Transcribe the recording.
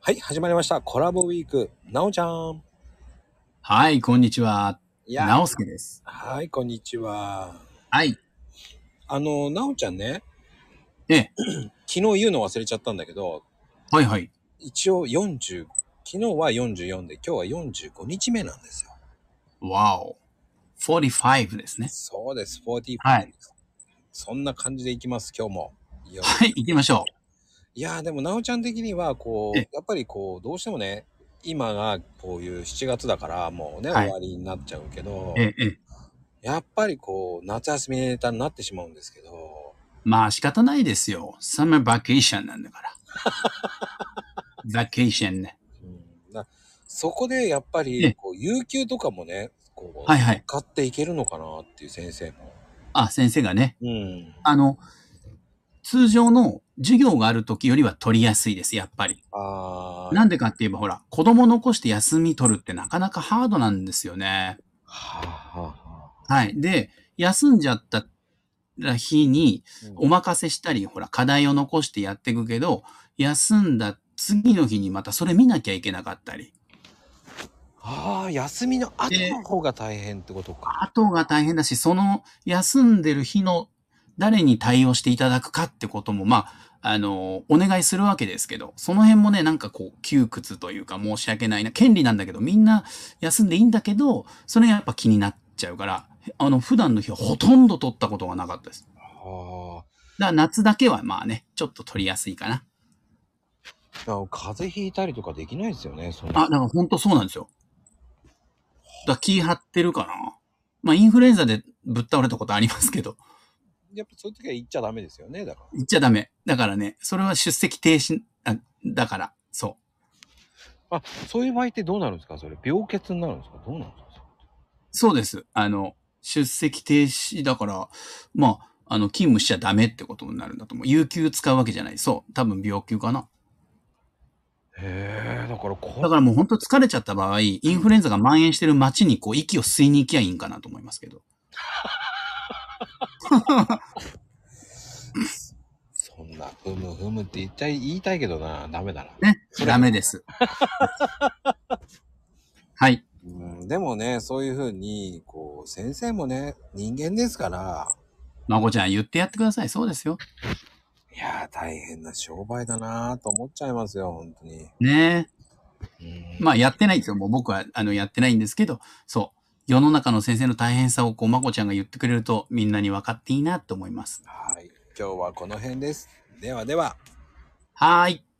はい、始まりました。コラボウィーク。なおちゃん。 はい、こんにちは。 いや、 なおすけです。 はい、こんにちは。 はい。 なおちゃんね、 ええ、 昨日言うの忘れちゃったんだけど、 はいはい。 一応40、昨日は44で、今日は45日目なんですよ。 わお。45ですね。 そうです、45 はい。 です。そんな感じでいきます、今日も。いよいよ。 はい、行きましょいやー、でもなおちゃん的には、 う。え、 やっぱりどうしてもね、今がこういう7月だから、もうね、終はい。 わりになっちゃうけど、 ええ、ええ。 やっぱり夏休みネタになってしまうんですけど、 まあ仕方ないですよ。サマーバケーションなんだから。バケーションね。 そこでやっぱり、 ええ、 有給とかもね、 はいはい。 使っていけるのかなっていう先生も。 あ、先生がね。 うん。 あの、通常の授業がある時よりは取りやすいです、やっぱり。 あー、 なんでかって言えば、ほら、子供残して休み取るってなかなかハードなんですよね。 はあ、はあ、はあ。 はい。で、休んじゃった日にうん。 お任せしたり、ほら、課題を残してやっていくけど、休んだ次の日にまたそれ見なきゃいけなかったり。 ああ、休みの後で、 の方が大変ってことか。 後が大変だし、その休んでる日の誰に対応していただくかってことも、お願いするわけですけど、その辺もね、なんかこう、窮屈というか申し訳ないな。権利なんだけど、みんな休んでいいんだけど、それがやっぱ気になっちゃうから、普段の日はほとんど取ったことがなかったです。 はだから夏だけはまあね、ちょっと取りやすいかな。 風邪ひいたりとかできないですよね、そんな。 あ、だから本当そうなんですよ。だから気張ってるかな。まあ、インフルエンザでぶっ倒れたことありますけど、 やっぱそういう時は行っちゃダメですよね、だか言っちゃダメ。だからね、それは出席停止、だから、そう。 ら。あ、そういう場合ってどうなるんですかそれ。病欠になるんですかどうなんですかそうです。出席停止だから、勤務しちゃダメってことになるんだと思う。有給使うわけじゃない。そう。多分病休かな。 へえ、だからだからもう本当疲れちゃった場合、インフルエンザが蔓延してる街にこう息を吸いに行きゃいいんかなと思いますけど。 そんな、ふむふむって言いたいけどな、ダメだな。 ね。 それダメです。はい。 うん、でもね、そういうふうに、先生もね、人間ですから、 まこちゃん言ってやってください。そうですよ。 いやー、大変な商売だなーと思っちゃいますよ、本当に。 ねえ。 うん、 まあやってないんですよ。もう僕はやってないんですけど、そう。世の中の先生の大変さをこう、まこちゃんが言ってくれるとみんなに分かっていいなと思います。 はい。今日はこの辺です。ではでは。 はーい。